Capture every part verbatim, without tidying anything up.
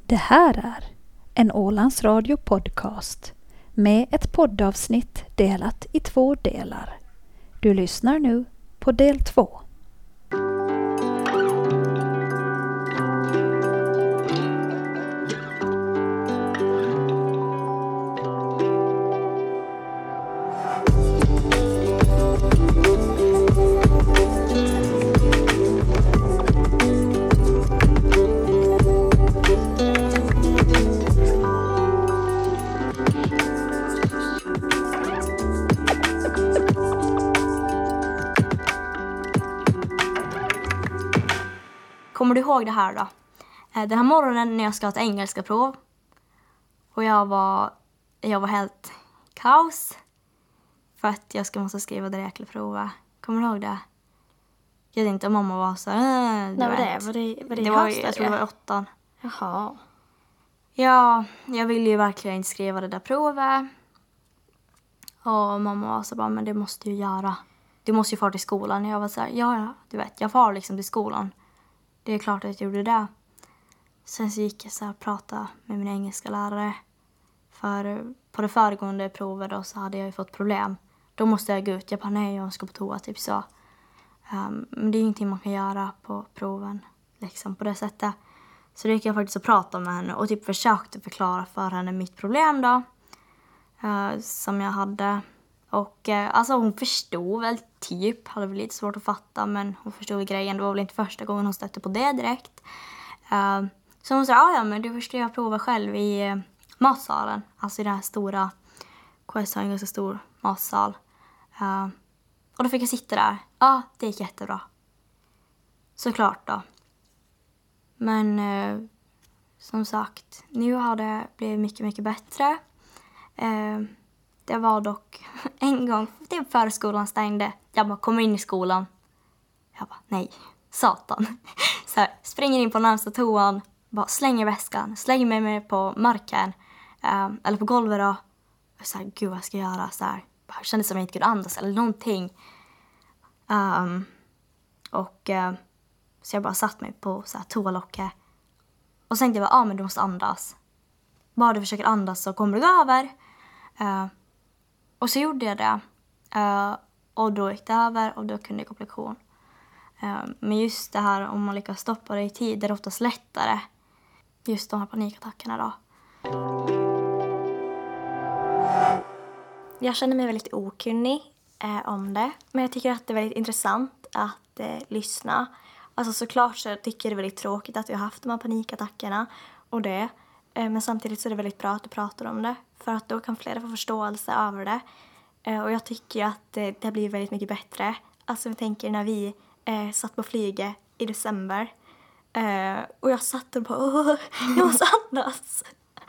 Det här är en Ålands Radio podcast med ett poddavsnitt delat i två delar. Du lyssnar nu på del två. Kommer du ihåg det här då? Den här morgonen när jag ska ha ett engelska prov. Och jag var, jag var helt kaos. För att jag ska måste skriva det jäkla provet. Kommer du ihåg det? Jag vet inte om mamma var så här. När var det? Var det, var det, det var, jag tror det var åttan. Jaha. Ja, jag ville ju verkligen inte skriva det där provet. Och mamma var så bara, men det måste ju göra. Du måste ju fara till skolan. Jag var så här, ja, ja, du vet, jag far liksom till skolan. Det är klart att jag gjorde det. Sen så gick jag så här och pratade med min engelska lärare. För på det föregående provet då så hade jag ju fått problem. Då måste jag gå ut. Jag bara, nej, jag ska på toa, typ så. Um, men det är ju ingenting man kan göra på proven. Liksom på det sättet. Så då gick jag faktiskt och pratade med henne. Och typ försökte förklara för henne mitt problem då. Uh, som jag hade. Och uh, alltså hon förstod väl typ. Hade väl lite svårt att fatta. Men hon förstod grejen. Det var väl inte första gången hon stötte på det direkt. Uh, så hon sa, ja ja men du förstår jag prova själv i uh, matsalen. Alltså i den här stora. K S har en ganska stor matsal. Uh, och då fick jag sitta där. Ja, det gick jättebra. Såklart då. Men uh, som sagt. Nu har det blivit mycket mycket bättre. Uh, Det var dock en gång, typ före skolan stängde. Jag bara kommer in i skolan. Jag bara, nej, satan. Så här, springer in på närmsta toan. Bara slänger väskan. Slänger mig med på marken. Um, eller på golvet då. Och så här, gud vad ska jag göra? Så här, bara kände som jag inte kunde andas eller någonting. Um, och uh, så jag bara satt mig på så här, toalocket. Och så tänkte jag bara, ja ah, men du måste andas. Bara du försöker andas så kommer det gå över. Uh, Och så gjorde jag det. Uh, och då gick det över och då kunde jag gå på lektion. Uh, men just det här om man lyckas stoppa det i tid är det oftast lättare. Just de här panikattackerna då. Jag känner mig väldigt okunnig eh, om det. Men jag tycker att det är väldigt intressant att eh, lyssna. Alltså såklart så tycker jag det är väldigt tråkigt att vi har haft de här panikattackerna. Och det. Eh, men samtidigt så är det väldigt bra att du pratar om det. För att då kan fler få förståelse över det. Eh, och jag tycker att det, det blir väldigt mycket bättre. Alltså jag tänker när vi eh, satt på flyget i december. Eh, och jag satt och bara, åh, jag måste andas.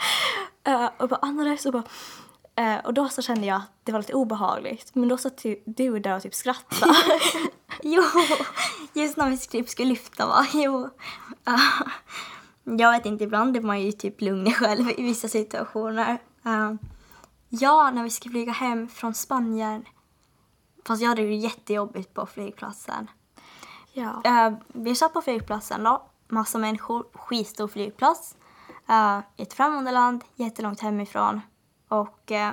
eh, och bara andades och bara... Eh, och då så kände jag att det var lite obehagligt. Men då satt ty- du där och typ skrattade. Jo, just när vi typ skulle lyfta va. Jo. Uh, jag vet inte, ibland är man ju typ lugn själv i vissa situationer. Uh, ja, när vi ska flyga hem från Spanien. Fast jag hade det jättejobbigt på flygplatsen. Ja. Uh, vi satt på flygplatsen då. Massa människor, skitstor flygplats. Uh, I ett främmande land, jättelångt hemifrån. Och uh,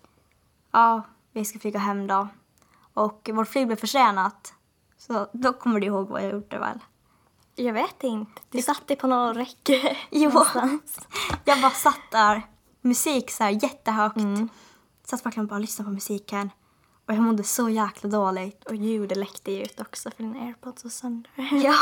ja, vi ska flyga hem då. Och vårt flyg blev försenat. Så då kommer du ihåg vad jag gjorde väl? Jag vet inte. Du satt dig på någon räcke jo. någonstans. Jag bara satt där. Musik så här jättehögt. Mm. Satt verkligen bara och lyssnade på musiken. Och jag mådde så jäkla dåligt. Och ljudet läckte ut också för dina AirPods och sönder. Ja.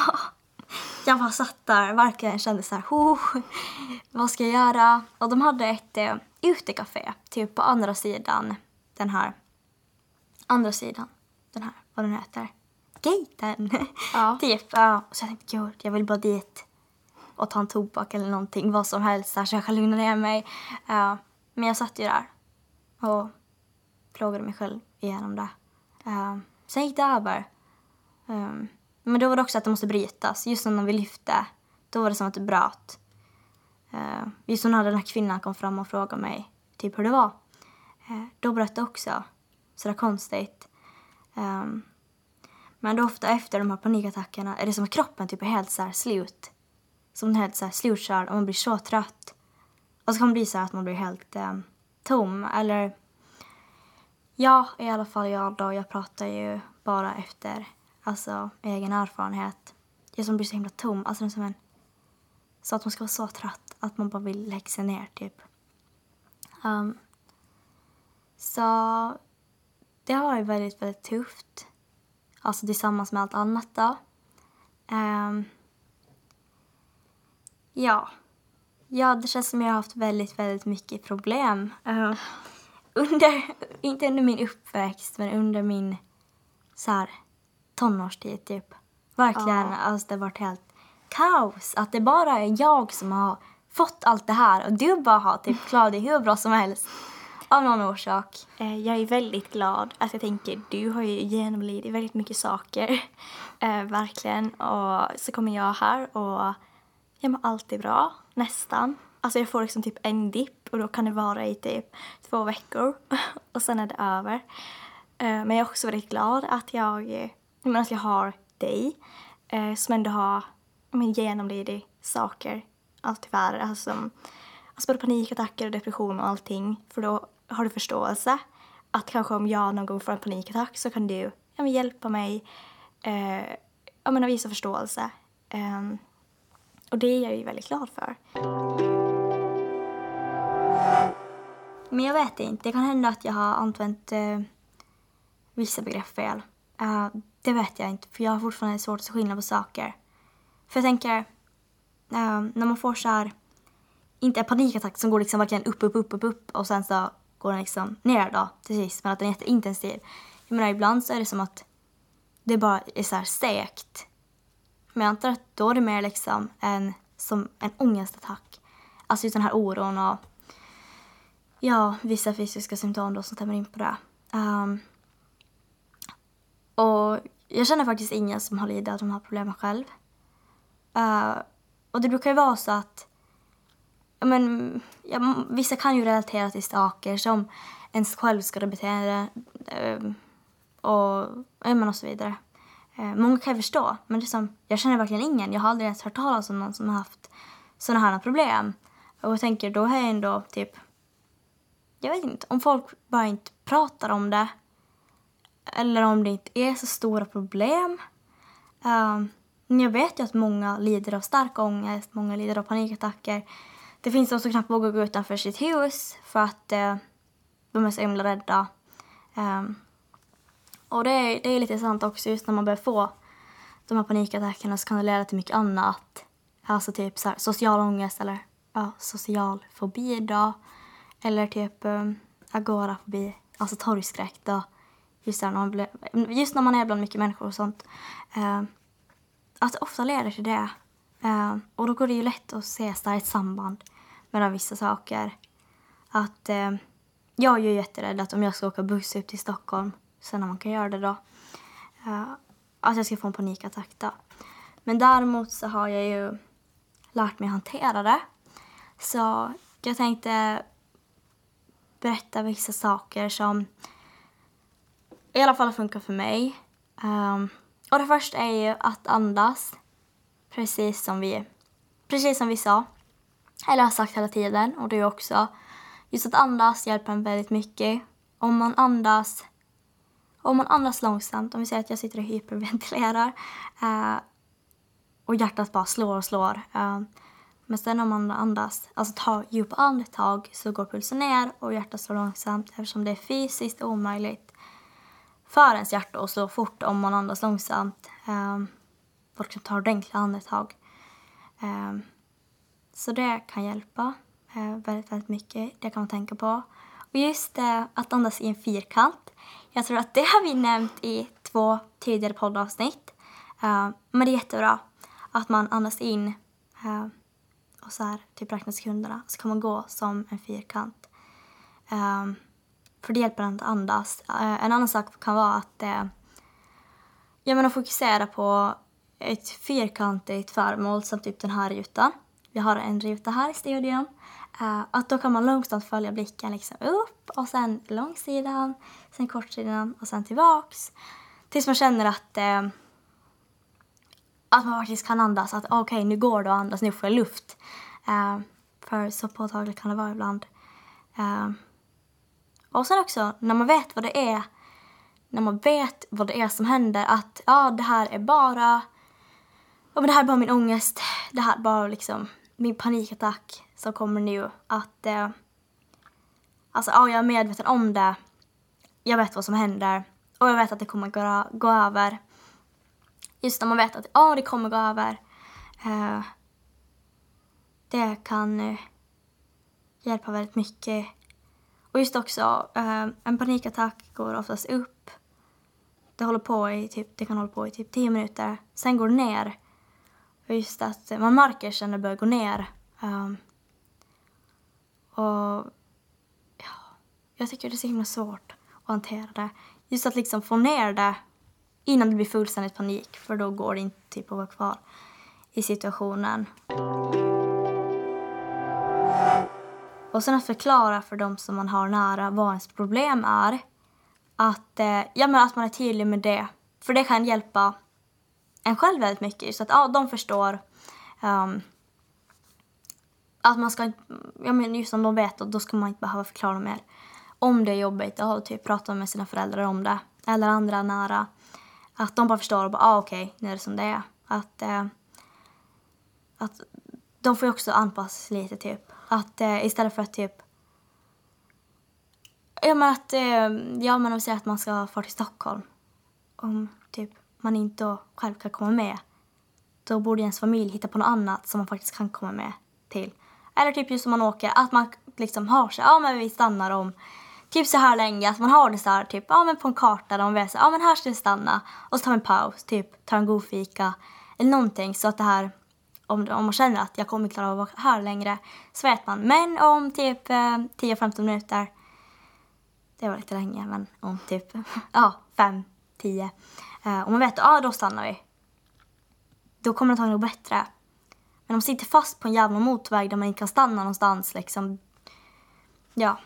Jag bara satt där. Verkligen kände så här. Oh, vad ska jag göra? Och de hade ett eh, utekafé. Typ på andra sidan. Den här. Andra sidan. Den här. Vad den heter. Gaten. Ja. Typ. Ja. Och så jag tänkte, gud, jag vill bara dit. Och ta en tobak eller någonting. Vad som helst. Så jag kan lugna ner mig. Uh, men jag satt ju där. Och plågade mig själv igenom det. Uh, sen gick det över. Um, men då var det också att det måste brytas. Just när vi lyfte. Då var det som att det bröt. Uh, just när den här kvinnan kom fram och frågade mig. Typ hur det var. Uh, då bröt det också. Så det är konstigt. Um, men då ofta efter de här panikattackerna. Är det som att kroppen typ är helt så här slut. som helt så här slutkörd och man blir så trött. Och så kan det bli så här att man blir helt eh, tom. Eller ja, i alla fall jag då. Jag pratar ju bara efter alltså, egen erfarenhet. Jag som blir så himla tom. Alltså det är som en, så att man ska vara så trött att man bara vill lägga sig ner typ. Um, så det har varit väldigt, väldigt tufft. Alltså tillsammans med allt annat då. Um, ja. Ja, det känns som jag har haft väldigt, väldigt mycket problem. Uh, under, inte under min uppväxt, men under min så här, tonårstid typ. Verkligen, Ja. alltså det har varit helt kaos. Att det bara är jag som har fått allt det här. Och du bara har typ klarat det hur bra som helst. Av någon orsak. Eh, Jag är väldigt glad. Alltså jag tänker, du har ju genomlidit väldigt mycket saker. Eh, verkligen. Och så kommer jag här och jag mår alltid bra. Nästan. Alltså jag får liksom typ en dipp och då kan det vara i typ två veckor. Och sen är det över. Eh, men jag är också väldigt glad att jag, men att jag har dig. Eh, som ändå har men, genomlidit saker. Allt tyvärr. Alltså, alltså både panikattacker och depression och allting. För då har du förståelse. Att kanske om jag någon gång får en panikattack så kan du ja, men hjälpa mig. Eh, ja, men visa förståelse. Eh, och det är jag ju väldigt glad för. Men jag vet inte. Det kan hända att jag har använt eh, vissa begrepp fel. Uh, det vet jag inte. För jag har fortfarande svårt att skilja på saker. För jag tänker. Uh, när man får så här. Inte en panikattack som går liksom verkligen upp, upp, upp, upp, upp. Och sen så går den liksom ner då. Till sist. Men att den är jätteintensiv. Jag menar ibland så är det som att. Det bara är så här segt. Men jag antar att då är det mer liksom en, som en ångestattack. Alltså just den här oron och ja, vissa fysiska symptom då som stämmer in på det. Um, och jag känner faktiskt ingen som har lidit av de här problemen själv. Uh, och det brukar ju vara så att ja, men, ja, vissa kan ju relatera till saker som ens självskadebeteende uh, och, ja, men och så vidare. Många kan jag förstå, men det är som, jag känner verkligen ingen. Jag har aldrig ens hört talas om någon som har haft sådana här problem. Och jag tänker, då har jag ändå typ, jag vet inte, om folk bara inte pratar om det. Eller om det inte är så stora problem. Um, men jag vet ju att många lider av stark ångest, många lider av panikattacker. Det finns de som knappt vågar gå utanför sitt hus för att uh, de är så himla rädda. Um, Och det är, det är lite sant också, just när man börjar få de här panikattackerna så kan det leda till mycket annat. Alltså typ så här, social ångest eller ja, social fobi då. Eller typ um, agorafobi, alltså torgskräck då. Just, där när man blir, just när man är bland mycket människor och sånt. Uh, att det ofta leder till det. Uh, och då går det ju lätt att se ett samband mellan vissa saker. Att uh, jag är ju jätterädd att om jag ska åka buss upp till Stockholm. Sen när man kan göra det då. Uh, att jag ska få en panikattack då. Men däremot så har jag ju lärt mig hantera det. Så jag tänkte berätta vissa saker som i alla fall funkar för mig. Um, och det första är ju att andas. Precis som vi, precis som vi sa. Eller har sagt hela tiden. Och det är också. Just att andas hjälper en väldigt mycket. Om man andas. Om man andas långsamt. Om vi säger att jag sitter och hyperventilerar. Uh, och hjärtat bara slår och slår. Uh, men sen om man andas. Alltså tar djupa andetag. Så går pulsen ner. Och hjärtat slår långsamt. Eftersom det är fysiskt omöjligt. För ens hjärta att slå fort om man andas långsamt. Um, folk som tar ordentliga andetag. Um, så det kan hjälpa uh, väldigt, väldigt mycket. Det kan man tänka på. Och just det, uh, att andas i en fyrkant. Jag tror att det har vi nämnt i två tidigare poddavsnitt. Uh, men det är jättebra att man andas in. Uh, och så här, typ räkna sekunderna. Så kan man gå som en fyrkant. Um, För det hjälper att andas. Uh, en annan sak kan vara att uh, jag menar fokusera på ett fyrkantigt föremål som typ den här rutan. Vi har en ruta här i studion. Uh, att då kan man långsamt följa blicken liksom upp och sen långsidan, sen kortsidan och sen tillbaks. Tills man känner att uh, att man faktiskt kan andas. Att okej, okay, nu går det att andas, nu får jag luft. Uh, för så påtagligt kan det vara ibland. Uh, och sen också, när man vet vad det är. När man vet vad det är som händer. Att ja, det här är bara... Ja, men det här är bara min ångest. Det här är bara liksom min panikattack som kommer nu. Att... Uh, alltså, ja, jag är medveten om det. Jag vet vad som händer. Och jag vet att det kommer gå, gå över. Just när man vet att ja, det kommer gå över. Uh, det kan uh, hjälpa väldigt mycket. Och just också, uh, en panikattack går oftast upp. Det håller på i typ, det kan hålla på i typ tio minuter. Sen går det ner. Och just att man märker sen det börjar gå ner. Um, och ja, jag tycker det är så himla svårt att hantera det. Just att liksom få ner det innan det blir fullständigt panik. För då går det inte typ att vara kvar i situationen. Och sen att förklara för dem som man har nära vad ens problem är. Att, eh, ja, men att man är tydlig med det. För det kan hjälpa en själv väldigt mycket. Så att ja, de förstår um, att man ska, ja, men just som de vet, och då ska man inte behöva förklara mer. Om det är jobbigt och typ prata med sina föräldrar om det. Eller andra nära. Att de bara förstår och bara, ah, okej, okay, nu är det som det är. Att, eh, att de får ju också anpassa sig lite typ. Att eh, istället för att typ, ja men att, eh, ja men de säger att man ska få till Stockholm. Om typ man inte själv kan komma med. Då borde ens familj hitta på något annat som man faktiskt kan komma med till. Eller typ just som man åker, att man liksom har sig, ja men vi stannar om typ så här länge, att man har det så här typ, ja men på en karta där man vet så, ja men här ska vi stanna. Och så tar vi en paus, typ tar en god fika eller någonting, så att det här, om, om man känner att jag kommer klara av att vara här längre, så vet man. Men om typ eh, tio femton minuter, det var lite länge, men om typ ja, fem tio, eh, om man vet, ja då stannar vi. Då kommer det ta något bättre. Men om man sitter fast på en jävla motorväg där man inte kan stanna någonstans liksom, ja,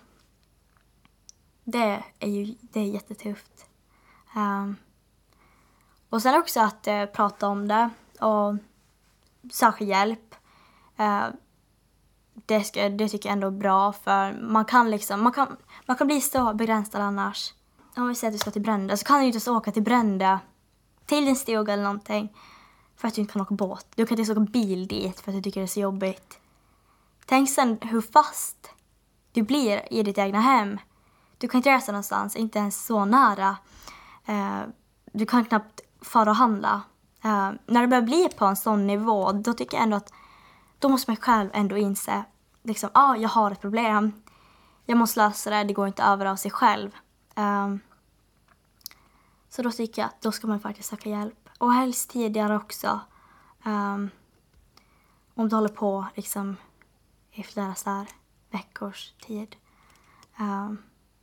det är ju det är jättetufft. Um, och sen också att uh, prata om det och söka hjälp. Uh, det, ska, det tycker jag ändå är bra, för man kan liksom, man kan, man kan bli så begränsad annars. Om vi säger att du ska till Brände, så kan du inte ens åka till Brände till din stuga eller någonting för att du inte kan åka båt. Du kan inte ens åka bil dit för att du tycker det är så jobbigt. Tänk sen hur fast du blir i ditt egna hem. Du kan inte resa någonstans, inte ens så nära. Uh, du kan knappt fara och handla. Uh, när det börjar bli på en sån nivå, då tycker jag ändå att då måste man själv ändå inse liksom, ja, ah, jag har ett problem. Jag måste lösa det, det går inte över av sig själv. Um, så då tycker jag att då ska man faktiskt söka hjälp. Och helst tidigare också. Um, om du håller på liksom i flera så här veckors tid. Um,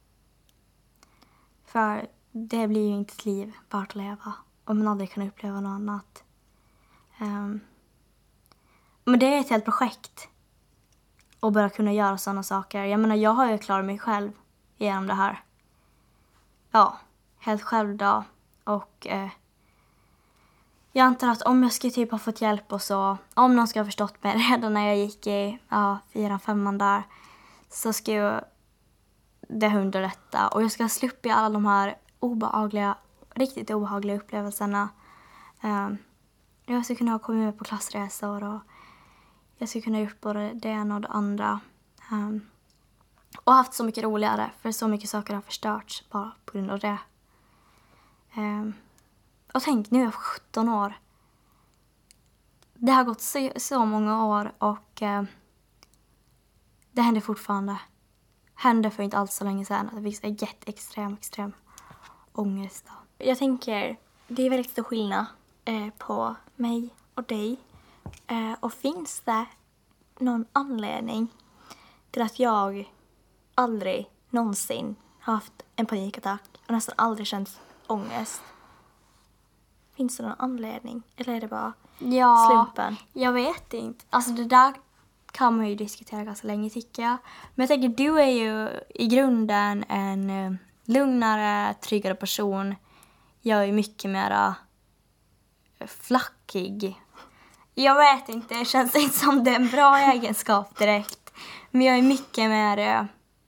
för det blir ju inte ett liv värt att leva om man aldrig kan uppleva något annat. Um, men det är ett helt projekt att börja kunna göra sådana saker. Jag menar, jag har ju klarat mig själv genom det här. Ja, helt själv då. Och eh, jag antar att om jag skulle typ ha fått hjälp och så, om någon ska ha förstått mig redan när jag gick i ja, fyran, femman där, så skulle det underlätta. Och jag ska slippa alla de här obehagliga, riktigt obehagliga upplevelserna. Um, jag skulle kunna ha kommit med på klassresor och jag skulle kunna ha gjort både det ena och det andra. Um, och haft så mycket roligare, för så mycket saker har förstörts bara på grund av det. Um, och tänk, nu är jag sjutton år. Det har gått så, så många år och uh, det händer fortfarande. Hände för inte alls så länge sedan. Det finns en jätteextrem, extrem ångest. Då. Jag tänker, det är väldigt stor skillnad eh, på mig och dig. Eh, och finns det någon anledning till att jag aldrig någonsin har haft en panikattack och nästan aldrig känt ångest? Finns det någon anledning? Eller är det bara ja, slumpen? Jag vet inte. Alltså det där kan man ju diskutera ganska länge, tycker jag. Men jag tänker, du är ju i grunden en lugnare, tryggare person. Jag är mycket mera flackig. Jag vet inte, det känns inte som det är en bra egenskap direkt. Men jag är mycket mer... Eh,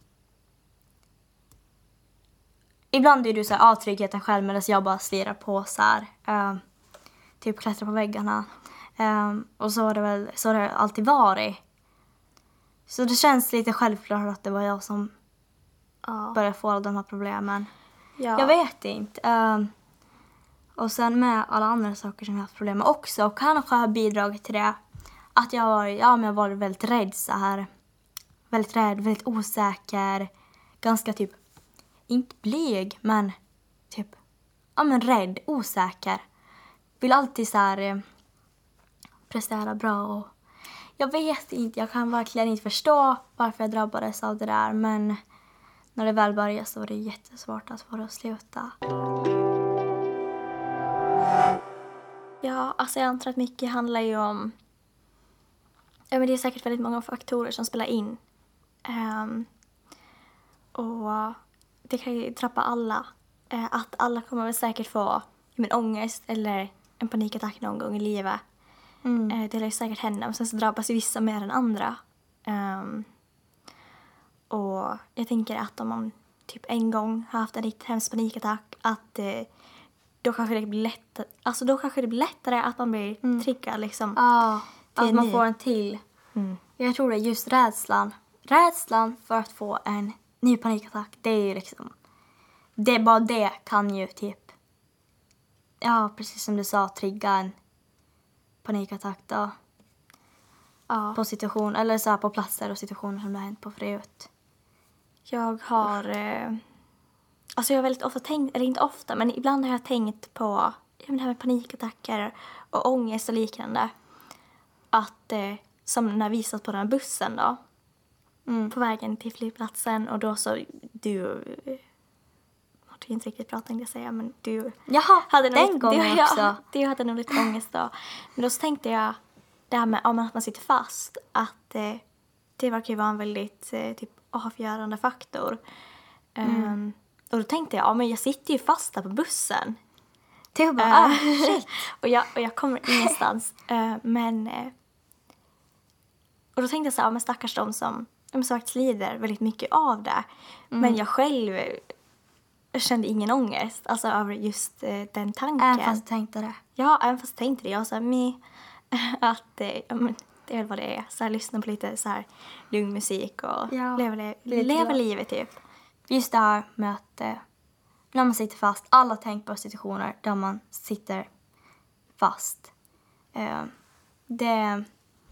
ibland är du så här avtryggheten själv medan jag bara slirar på så här. Eh, typ klättrar på väggarna. Eh, och så har det väl så har det alltid varit. Så det känns lite självklart att det var jag som Ja. började få alla de här problemen. Ja. Jag vet inte. Um, och sen med alla andra saker som jag har haft problem med också. Och kanske har bidragit till det. Att jag har varit, ja, men jag har varit väldigt rädd så här. Väldigt rädd, väldigt osäker. Ganska typ, inte blyg, men typ, ja men rädd, osäker. Vill alltid så här eh, prestera bra och jag vet inte, jag kan verkligen inte förstå varför jag drabbades av det där. Men när det väl började så var det jättesvårt att få det att sluta. Ja, alltså jag antar att mycket handlar ju om... Ja, men det är säkert väldigt många faktorer som spelar in. Um, och det kan ju drabba alla. Uh, att alla kommer väl säkert få men, ångest eller en panikattack någon gång i livet. Mm. Uh, det lär ju säkert hända. Men sen så drabbas ju vissa mer än andra. Um, och jag tänker att om man typ en gång har haft en riktigt hemsk panikattack, att uh, då kanske det blir lättare, alltså då kanske det blir lättare att man blir mm. triggad liksom. Ja, till att man ny. får en till. Mm. Jag tror det är just rädslan. Rädslan för att få en ny panikattack, det är ju liksom... Det är bara det kan ju typ... Ja, precis som du sa, trigga en panikattack då. Ja. På situation, eller så här på platser och situationer som det har hänt på förut. Jag har... Eh, alltså jag har väldigt ofta tänkt, eller inte ofta, men ibland har jag tänkt på ja, men det här med panikattacker och ångest och liknande. Att, eh, som när vi satt på den här bussen då. Mm. På vägen till flygplatsen och då så du... Jag har inte riktigt pratat tänkte jag säga, men du... Jaha, hade nog den lite, gången du, också. Ja, du hade nog lite ångest då. Men då så tänkte jag, det här med om att man sitter fast, att eh, det verkar ju vara en väldigt eh, typ avgörande faktor. Mm. Um, och då tänkte jag, ja men jag sitter ju fast där på bussen. Det bara, Uh, ah, shit. och, jag, och jag kommer ingenstans. Uh, men... Uh, och då tänkte jag så här, ja, men stackars de som, som sagt lider väldigt mycket av det. Mm. Men jag själv jag kände ingen ångest. Alltså över just uh, den tanken. Även fast jag tänkte det. Ja, även fast jag tänkte det. Jag sa me, att uh, ja, men, det är väl vad det är. Så här, lyssna på lite så här lugn musik och Ja, leva, le- lite leva glad. livet typ. Just det här med att eh, när man sitter fast, alla tänkbara situationer där man sitter fast. Eh, det,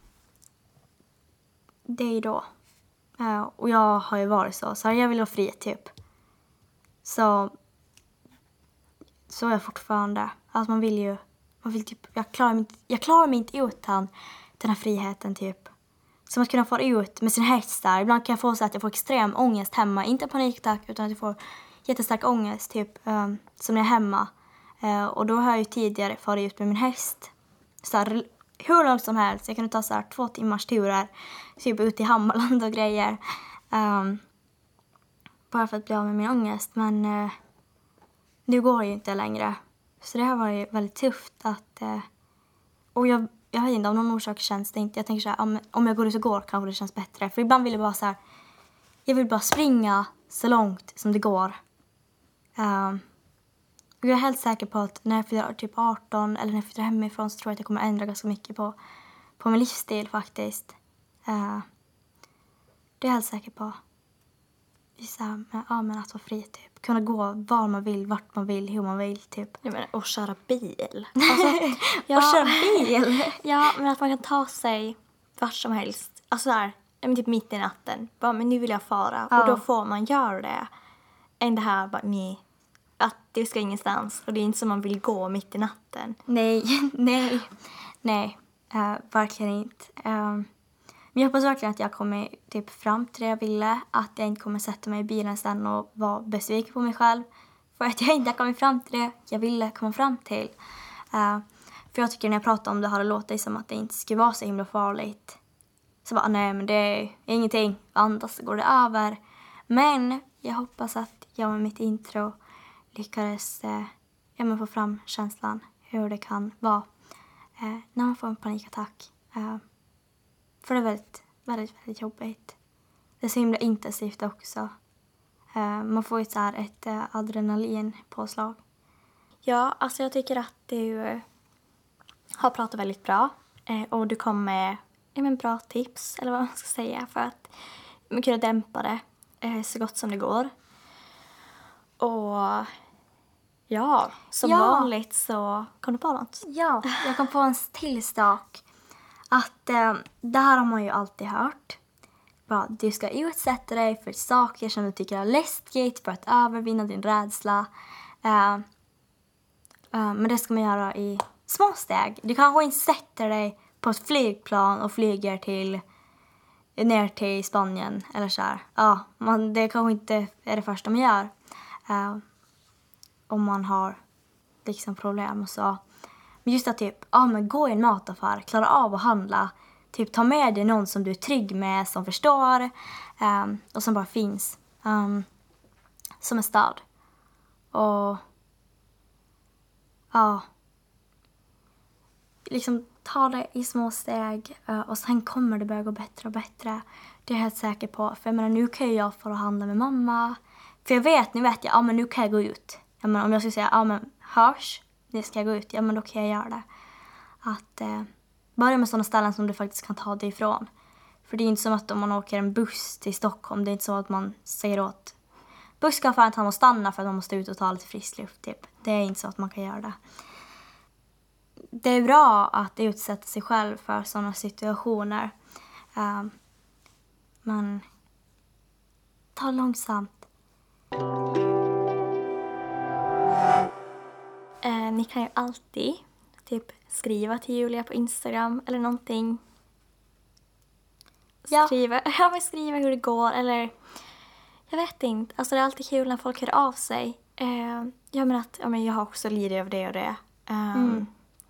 det är ju då. Eh, och jag har ju varit så, så här, jag vill vara fri typ. Så, så är jag fortfarande. Alltså man vill ju, man vill typ, jag klarar mig inte, jag klarar mig inte utan den här friheten typ. Som att kunna få ut med sin hets där. Ibland kan jag få så att jag får extrem ångest hemma. Inte panikattack utan att jag får jättestark ångest typ. Um, som när jag är hemma. Uh, och då har jag ju tidigare farit ut med min häst. Så här, hur långt som helst. Jag kunde ta så här två timmars turer. Typ ut i Hammarland och grejer. Um, bara för att bli av med min ångest. Men uh, nu går det ju inte längre. Så det här var ju väldigt tufft att... Uh, och jag... Jag har inte, av någon orsak känns det inte. Jag tänker så här, om, om jag går ut och går kanske det känns bättre. För ibland vill jag bara så här, jag vill bara springa så långt som det går. Um, och jag är helt säker på att när jag fyller typ arton eller när jag flyttar hemifrån så tror jag att jag kommer ändra ganska mycket på, på min livsstil faktiskt. Uh, det är jag helt säker på. Så här, med, ja, men att vara fri typ. Kunna gå var man vill, vart man vill, hur man vill typ. Jag menar, och köra bil. Alltså, ja, och köra bil? Ja, men att man kan ta sig vart som helst. Alltså där, typ mitt i natten. Bara, men nu vill jag fara. Ja. Och då får man göra det. Än det här, bara, nej, att det ska ingenstans. Och det är inte som man vill gå mitt i natten. Nej, nej, nej. Uh, verkligen inte. Um, men jag hoppas verkligen att jag kommer typ fram till det jag ville. Att jag inte kommer sätta mig i bilen sen och vara besviken på mig själv. För att jag inte har kommit fram till det jag ville komma fram till. Uh, för jag tycker när jag pratar om det har det låtit som att det inte skulle vara så himla farligt. Så bara, nej men det är ingenting. Andas så går det över. Men jag hoppas att jag med mitt intro lyckades uh, ja, men få fram känslan hur det kan vara eh, när man får en panikattack. Eh, för det är väldigt, väldigt, väldigt jobbigt. Det är så himla intensivt också. Eh, man får ju så här ett eh, adrenalinpåslag. Ja, alltså jag tycker att du eh, har pratat väldigt bra. Eh, och du kom med ja, men bra tips, eller vad man ska säga, för att man kunna dämpa det eh, så gott som det går. Och ja, som Ja. vanligt så kom du på något. Ja, jag kom på en till sak. Att eh, det här har man ju alltid hört. Bara, du ska utsätta dig för saker som du tycker är läskigt för att övervinna din rädsla. Eh, eh, men det ska man göra i små steg. Du kanske inte sätter dig på ett flygplan och flyger till ner till Spanien eller så här. Ja, man, det kanske inte är det första man gör. Eh, om man har liksom problem och så. Men just att typ, ja men gå i en mataffär, klara av att handla. Typ ta med dig någon som du är trygg med, som förstår. Um, och som bara finns. Um, som en stad. Och ja. Liksom ta det i små steg. Uh, och sen kommer det börja gå bättre och bättre. Det är jag helt säker på. För jag menar, nu kan jag få handla med mamma. För jag vet, nu vet jag, ja men nu kan jag gå ut. Jag menar, om jag skulle säga, ja men hörs, det ska jag gå ut. Ja men då kan jag göra det. Att eh, börja med sådana ställen som du faktiskt kan ta dig ifrån. För det är inte som att om man åker en buss till Stockholm, det är inte så att man säger åt busschauffören att han måste stanna för att man måste ut och ta lite frisk luft typ. Det är inte så att man kan göra det. Det är bra att utsätta sig själv för sådana situationer. Uh, men ta långsamt. Eh, ni kan ju alltid typ skriva till Julia på Instagram eller någonting. Ja. Skriva, ja, men skriva hur det går eller jag vet inte. Alltså det är alltid kul när folk hör av sig. Eh, jag menar att ja, men jag har också lidit av det och det. Um, Mm.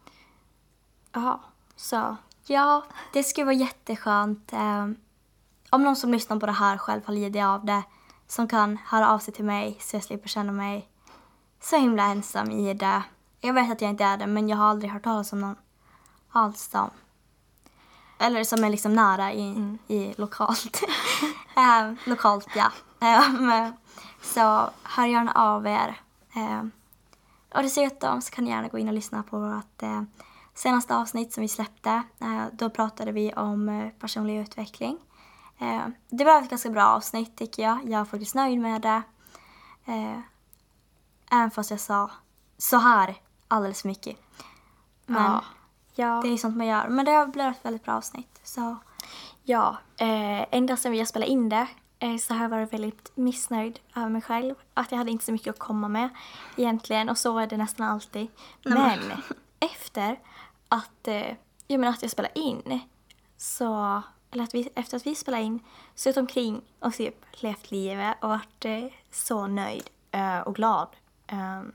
Ja, så. Ja, det skulle vara jätteskönt. Eh, om någon som lyssnar på det här själv har lidit av det. Som kan höra av sig till mig så jag slipper känna mig så himla ensam i det. Jag vet att jag inte är det, men jag har aldrig hört talas om någon alls som. Eller som är liksom nära i, mm. i lokalt. eh, lokalt, ja. Eh, så hör gärna av er. Eh, och dessutom så kan ni gärna gå in och lyssna på vårt eh, senaste avsnitt som vi släppte. Eh, då pratade vi om eh, personlig utveckling. Eh, det var ett ganska bra avsnitt tycker jag. Jag är faktiskt nöjd med det. Eh, även fast jag sa så här alldeles för mycket. Men Ja. Ja. det är sånt man gör. Men det har blivit ett väldigt bra avsnitt. Så. Ja, eh, ända sedan vi har spelat in det eh, så har jag varit väldigt missnöjd över mig själv. Att jag hade inte så mycket att komma med egentligen. Och så är det nästan alltid. Men efter att, eh, jag menar att jag spelar in så, eller att vi, efter att vi spelar in så ut omkring och typ levt livet och varit eh, så nöjd eh, och glad. Um,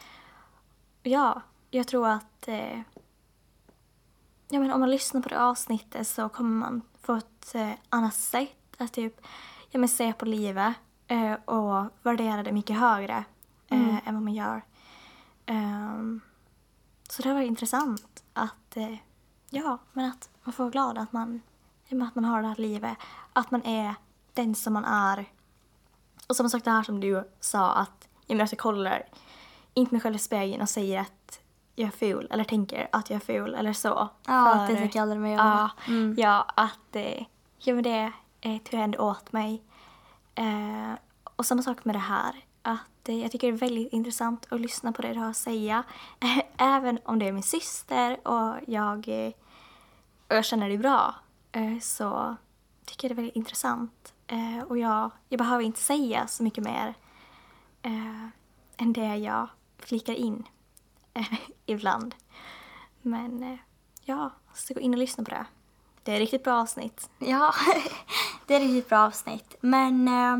ja, jag tror att eh, ja, men om man lyssnar på det avsnittet så kommer man få ett eh, annat sätt att typ, ja, men se på livet eh, och värdera det mycket högre eh, Mm. än vad man gör. Um, så det var intressant att, eh, ja, men att man får vara glad att man, ja, men att man har det här livet. Att man är den som man är. Och som sagt det här som du sa att, jag menar att jag kollar inte mig själv i spegeln och säger att jag är ful eller tänker att jag är ful eller så. Ja, För, det tänker jag aldrig mer ja, göra. Mm. ja, att eh, ja, men det eh, tog jag ändå åt mig. Eh, och samma sak med det här. Att eh, jag tycker det är väldigt intressant att lyssna på det du har att säga. Även om det är min syster och jag, eh, och jag känner det bra. Eh, så tycker jag det är väldigt intressant. Eh, och jag, jag behöver inte säga så mycket mer eh, än det jag flikar in ibland. Men eh, ja, så gå in och lyssna på det. Det är ett riktigt bra avsnitt. Ja, det är ett riktigt bra avsnitt. Men eh,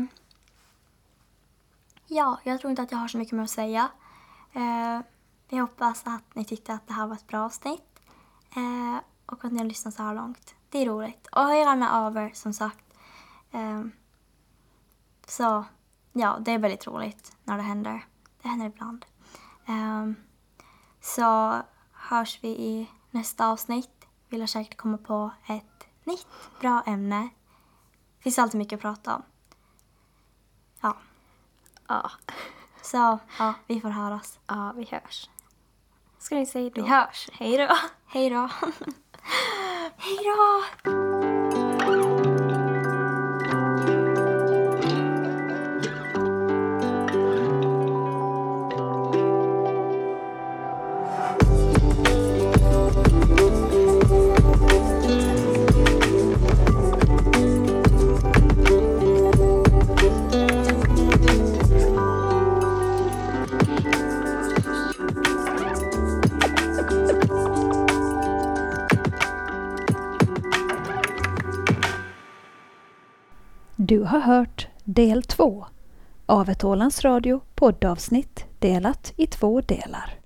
ja, jag tror inte att jag har så mycket mer att säga. Eh, jag hoppas att ni tyckte att det här var ett bra avsnitt. Eh, och att ni har lyssnat så här långt. Det är roligt. Och hör gärna av er, som sagt. Eh, så ja, det är väldigt roligt när det händer. Det händer ibland. Eh, Så hörs vi i nästa avsnitt. Vi vill säkert komma på ett nytt bra ämne. Det finns alltid mycket att prata om. Ja. Ja. Så, ja, vi får höras. Ja, vi hörs. Ska ni säga då? Vi hörs. Hej då. Hej då. Hej då. Du har hört del två av ett Ålands Radio poddavsnitt delat i två delar.